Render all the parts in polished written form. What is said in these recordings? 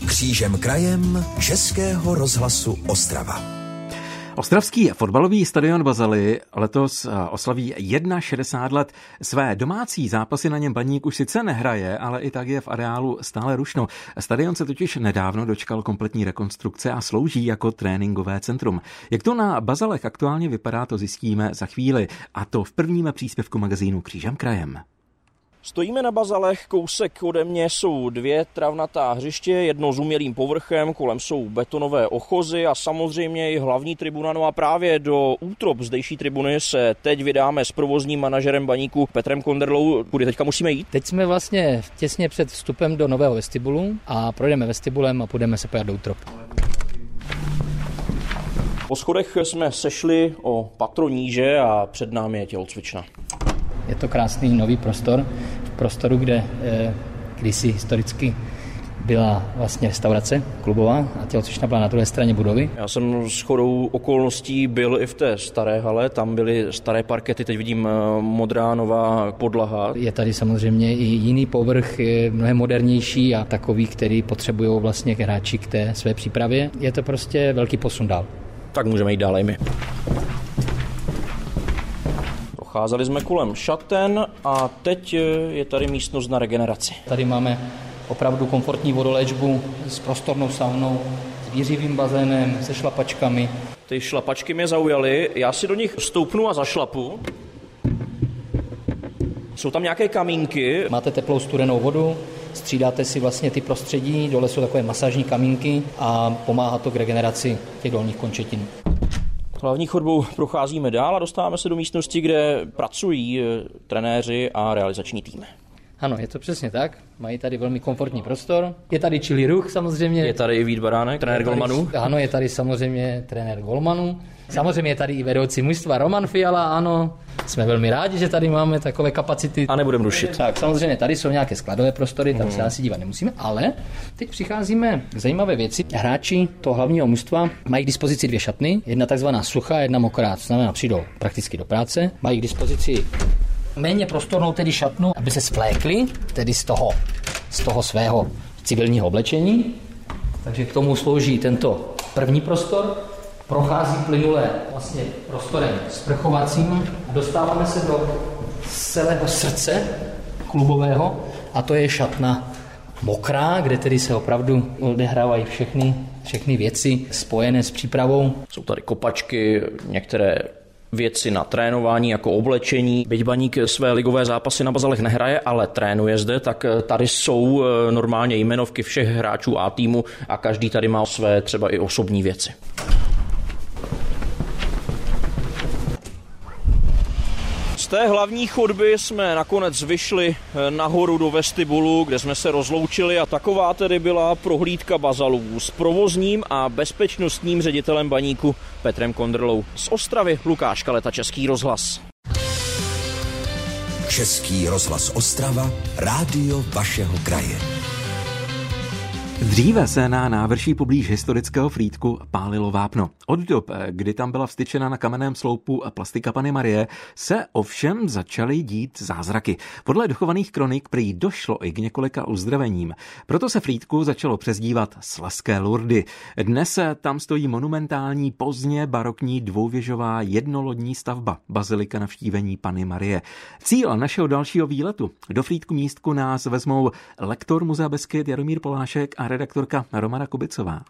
Křížem krajem Českého rozhlasu Ostrava. Ostravský fotbalový stadion Bazely letos oslaví 61 let. Své domácí zápasy na něm Baník už sice nehraje, ale i tak je v areálu stále rušno. Stadion se totiž nedávno dočkal kompletní rekonstrukce a slouží jako tréninkové centrum. Jak to na Bazalech aktuálně vypadá, to zjistíme za chvíli. A to v prvním příspěvku magazínu Křížem krajem. Stojíme na Bazalech, kousek ode mě jsou 2 travnatá hřiště, jedno s umělým povrchem, kolem jsou betonové ochozy a samozřejmě i hlavní tribuna. No a právě do útrop zdejší tribuny se teď vydáme s provozním manažerem Baníku Petrem Konderlou. Kudy teďka musíme jít? Teď jsme vlastně těsně před vstupem do nového vestibulu a projdeme vestibulem a půjdeme se pojat do útrop. Po schodech jsme sešli o patro níže a před námi je tělocvična. Je to krásný nový prostor, v prostoru, kde kdysi historicky byla vlastně restaurace klubová a tělocvična byla na druhé straně budovy. Já jsem shodou okolností byl i v té staré hale, tam byly staré parkety, teď vidím modrá nová podlaha. Je tady samozřejmě i jiný povrch, je mnohem modernější a takový, který potřebují vlastně hráči k té své přípravě. Je to prostě velký posun dál. Tak můžeme jít dále i my. Procházeli jsme kolem šaten a teď je tady místnost na regeneraci. Tady máme opravdu komfortní vodoléčbu s prostornou saunou, s výřivým bazénem, se šlapačkami. Ty šlapačky mě zaujaly, já si do nich stoupnu a zašlapu. Jsou tam nějaké kamínky. Máte teplou studenou vodu, střídáte si vlastně ty prostředí, dole jsou takové masážní kamínky a pomáhá to k regeneraci těch dolních končetin. Hlavní chodbou procházíme dál a dostáváme se do místnosti, kde pracují trenéři a realizační tým. Ano, je to přesně tak. Mají tady velmi komfortní prostor. Je tady čilý ruch samozřejmě. Je tady i Vít Baránek, trenér golmanů. Ano, je tady samozřejmě trenér golmanů. Samozřejmě je tady i vedoucí mužstva Roman Fiala, ano. Jsme velmi rádi, že tady máme takové kapacity. A nebudeme rušit. Tak samozřejmě tady jsou nějaké skladové prostory, tam se asi dívat nemusíme, ale teď přicházíme k zajímavé věci. Hráči toho hlavního mužstva mají k dispozici 2 šatny, jedna takzvaná suchá, jedna mokrá, to znamená přijdou prakticky do práce. Mají k dispozici méně prostornou tedy šatnu, aby se svlékli, tedy z toho svého civilního oblečení. Takže k tomu slouží tento první prostor. Prochází plynule vlastně prostorem sprchovacím a dostáváme se do celého srdce klubového a to je šatna mokrá, kde tedy se opravdu odehrávají všechny věci spojené s přípravou. Jsou tady kopačky, některé věci na trénování jako oblečení. Byť Baník své ligové zápasy na Bazalech nehraje, ale trénuje zde, tak tady jsou normálně jmenovky všech hráčů A týmu a každý tady má své třeba i osobní věci. Z té hlavní chodby jsme nakonec vyšli nahoru do vestibulu, kde jsme se rozloučili a taková tedy byla prohlídka Bazalů s provozním a bezpečnostním ředitelem Baníku Petrem Konderlou. Z Ostravy Lukáš Kaleta, Český rozhlas. Český rozhlas Ostrava, rádio vašeho kraje. Dříve se na návrší poblíž historického Frýdku pálilo vápno. Od dob, kdy tam byla vstyčena na kamenném sloupu plastika Panny Marie, se ovšem začaly dít zázraky. Podle dochovaných kronik prý došlo i k několika uzdravením. Proto se Frýdku začalo přezdívat Slezské Lurdy. Dnes tam stojí monumentální pozdně barokní dvouvěžová jednolodní stavba Bazilika Navštívení Panny Marie. Cíl našeho dalšího výletu do Frýdku místku nás vezmou lektor Muzea Beskyd Jaromír Polášek a redaktorka Romana Kubicová.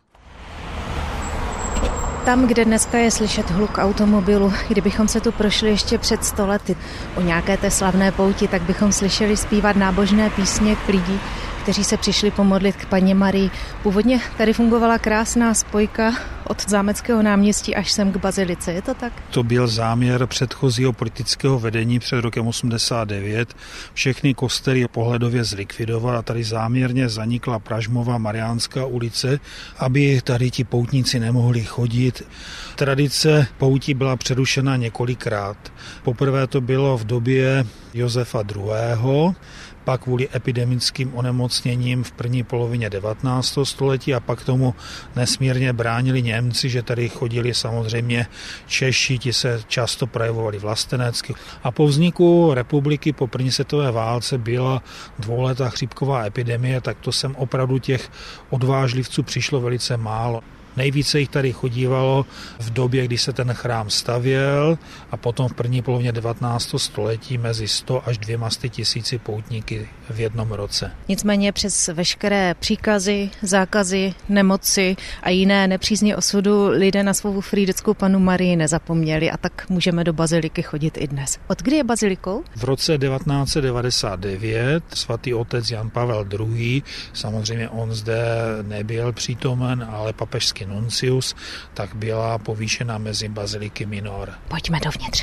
Tam, kde dneska je slyšet hluk automobilu, kdybychom se tu prošli ještě před 100 lety o nějaké té slavné pouti, tak bychom slyšeli zpívat nábožné písně lidí, kteří se přišli pomodlit k Panně Marii. Původně tady fungovala krásná spojka od Zámeckého náměstí až sem k bazilice, je to tak? To byl záměr předchozího politického vedení před rokem 89. Všechny kostely pohledově zlikvidovat a tady záměrně zanikla Pražmová Mariánská ulice, aby tady ti poutníci nemohli chodit. Tradice poutí byla přerušena několikrát. Poprvé to bylo v době Josefa II. pak kvůli epidemickým onemocněním v první polovině 19. století a pak tomu nesmírně bránili Němci, že tady chodili samozřejmě Češi, ti se často projevovali vlastenecky. A po vzniku republiky po první světové válce byla dvouletá chřipková epidemie, tak to sem opravdu těch odvážlivců přišlo velice málo. Nejvíce jich tady chodívalo v době, kdy se ten chrám stavěl a potom v první polovině 19. století mezi 100 až 200 tisíci poutníky v jednom roce. Nicméně přes veškeré příkazy, zákazy, nemoci a jiné nepřízně osudu lidé na svou frýdeckou Pannu Marii nezapomněli a tak můžeme do baziliky chodit i dnes. Od kdy je bazilikou? V roce 1999 svatý otec Jan Pavel II., samozřejmě on zde nebyl přítomen, ale papežský nuncius, tak byla povýšena mezi baziliky minor. Pojďme dovnitř.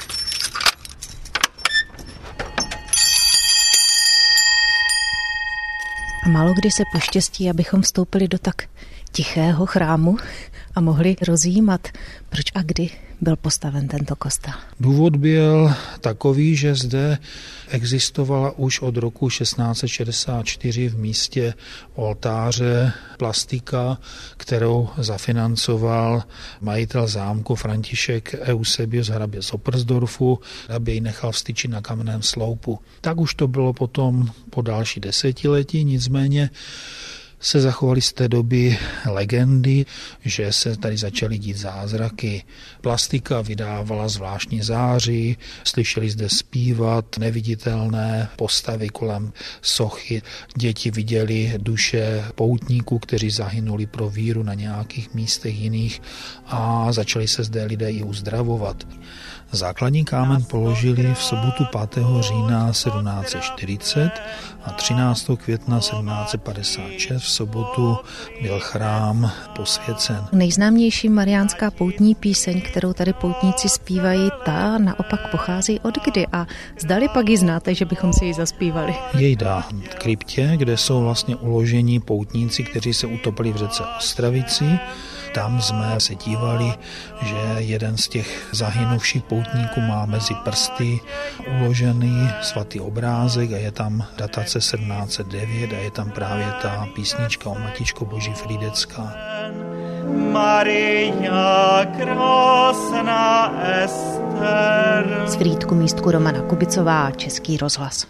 A málo kdy se poštěstí, abychom vstoupili do tak tichého chrámu a mohli rozjímat, proč a kdy byl postaven tento kostel. Důvod byl takový, že zde existovala už od roku 1664 v místě oltáře plastika, kterou zafinancoval majitel zámku František Eusebius hrabě z Oppersdorfu, aby ji nechal vstyčit na kamenném sloupu. Tak už to bylo potom po další desetiletí, nicméně se zachovaly z té doby legendy, že se tady začaly dít zázraky. Plastika vydávala zvláštní záři, slyšeli zde zpívat neviditelné postavy kolem sochy. Děti viděli duše poutníků, kteří zahynuli pro víru na nějakých místech jiných a začali se zde lidé i uzdravovat. Základní kámen položili v sobotu 5. října 1740 a 13. května 1756 v sobotu byl chrám posvěcen. Nejznámější mariánská poutní píseň, kterou tady poutníci zpívají, ta naopak pochází od kdy a zdali pak ji znáte, že bychom si ji zaspívali? Jejda v kryptě, kde jsou vlastně uloženi poutníci, kteří se utopili v řece Ostravici. Tam jsme se dívali, že jeden z těch zahynuvších poutníků má mezi prsty uložený svatý obrázek a je tam datace 1709 a je tam právě ta písnička o Matičko Boží Frýdecká. Maria krásná Ester. Z Frýdku místku Romana Kubicová, Český rozhlas.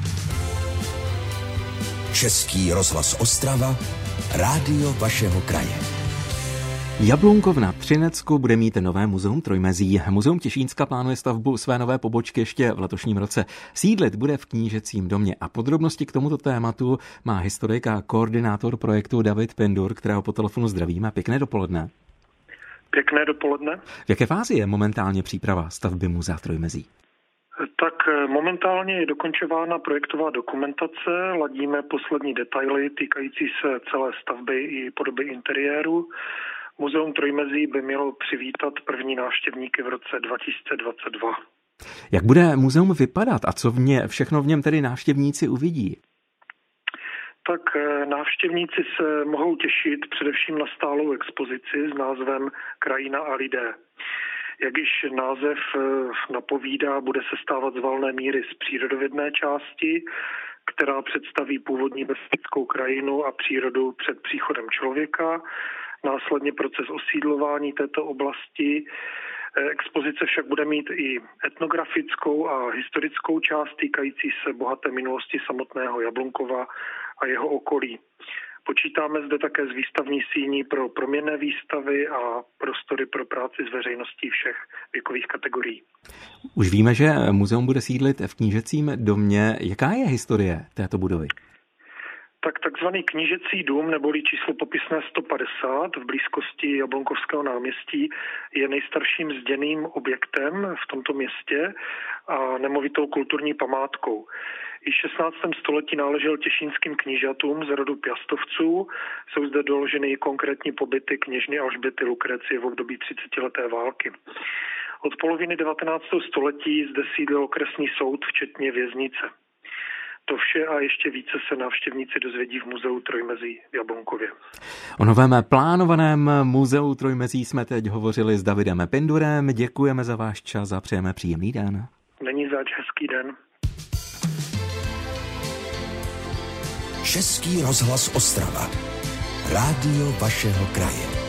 Český rozhlas Ostrava, rádio vašeho kraje. Jablunkov na Třinecku bude mít nové muzeum Trojmezí. Muzeum Těšínska plánuje stavbu své nové pobočky ještě v letošním roce. Sídlit bude v knížecím domě a podrobnosti k tomuto tématu má historik a koordinátor projektu David Pindur, kterého po telefonu zdravíme. Pěkné dopoledne. Pěkné dopoledne. V jaké fázi je momentálně příprava stavby muzea v Trojmezí? Tak momentálně je dokončována projektová dokumentace, ladíme poslední detaily týkající se celé stavby i podoby interiéru. Muzeum Trojmezí by mělo přivítat první návštěvníky v roce 2022. Jak bude muzeum vypadat a co všechno v něm tedy návštěvníci uvidí? Tak návštěvníci se mohou těšit především na stálou expozici s názvem Krajina a lidé. Jak již název napovídá, bude se stávat z valné míry z přírodovědné části, která představí původní bezpečnou krajinu a přírodu před příchodem člověka, následně proces osídlování této oblasti. Expozice však bude mít i etnografickou a historickou část týkající se bohaté minulosti samotného Jablunkova a jeho okolí. Počítáme zde také s výstavní síní pro proměnné výstavy a prostory pro práci s veřejností všech věkových kategorií. Už víme, že muzeum bude sídlit v knížecím domě. Jaká je historie této budovy? Tak takzvaný knížecí dům neboli číslo popisné 150 v blízkosti Jablunkovského náměstí je nejstarším zděným objektem v tomto městě a nemovitou kulturní památkou. I v 16. století náležel těšínským knížatům z rodu Piastovců. Jsou zde doloženy konkrétní pobyty kněžny Alžběty Lukrecie v období 30leté války. Od poloviny 19. století zde sídlil okresní soud včetně věznice. To vše a ještě více se návštěvníci dozvědí v muzeu Trojmezí v Jablunkově. O novém plánovaném muzeu Trojmezí jsme teď hovořili s Davidem Pindurem. Děkujeme za váš čas a přejeme příjemný den. Není zač, hezký den. Český rozhlas Ostrava. Rádio vašeho kraje.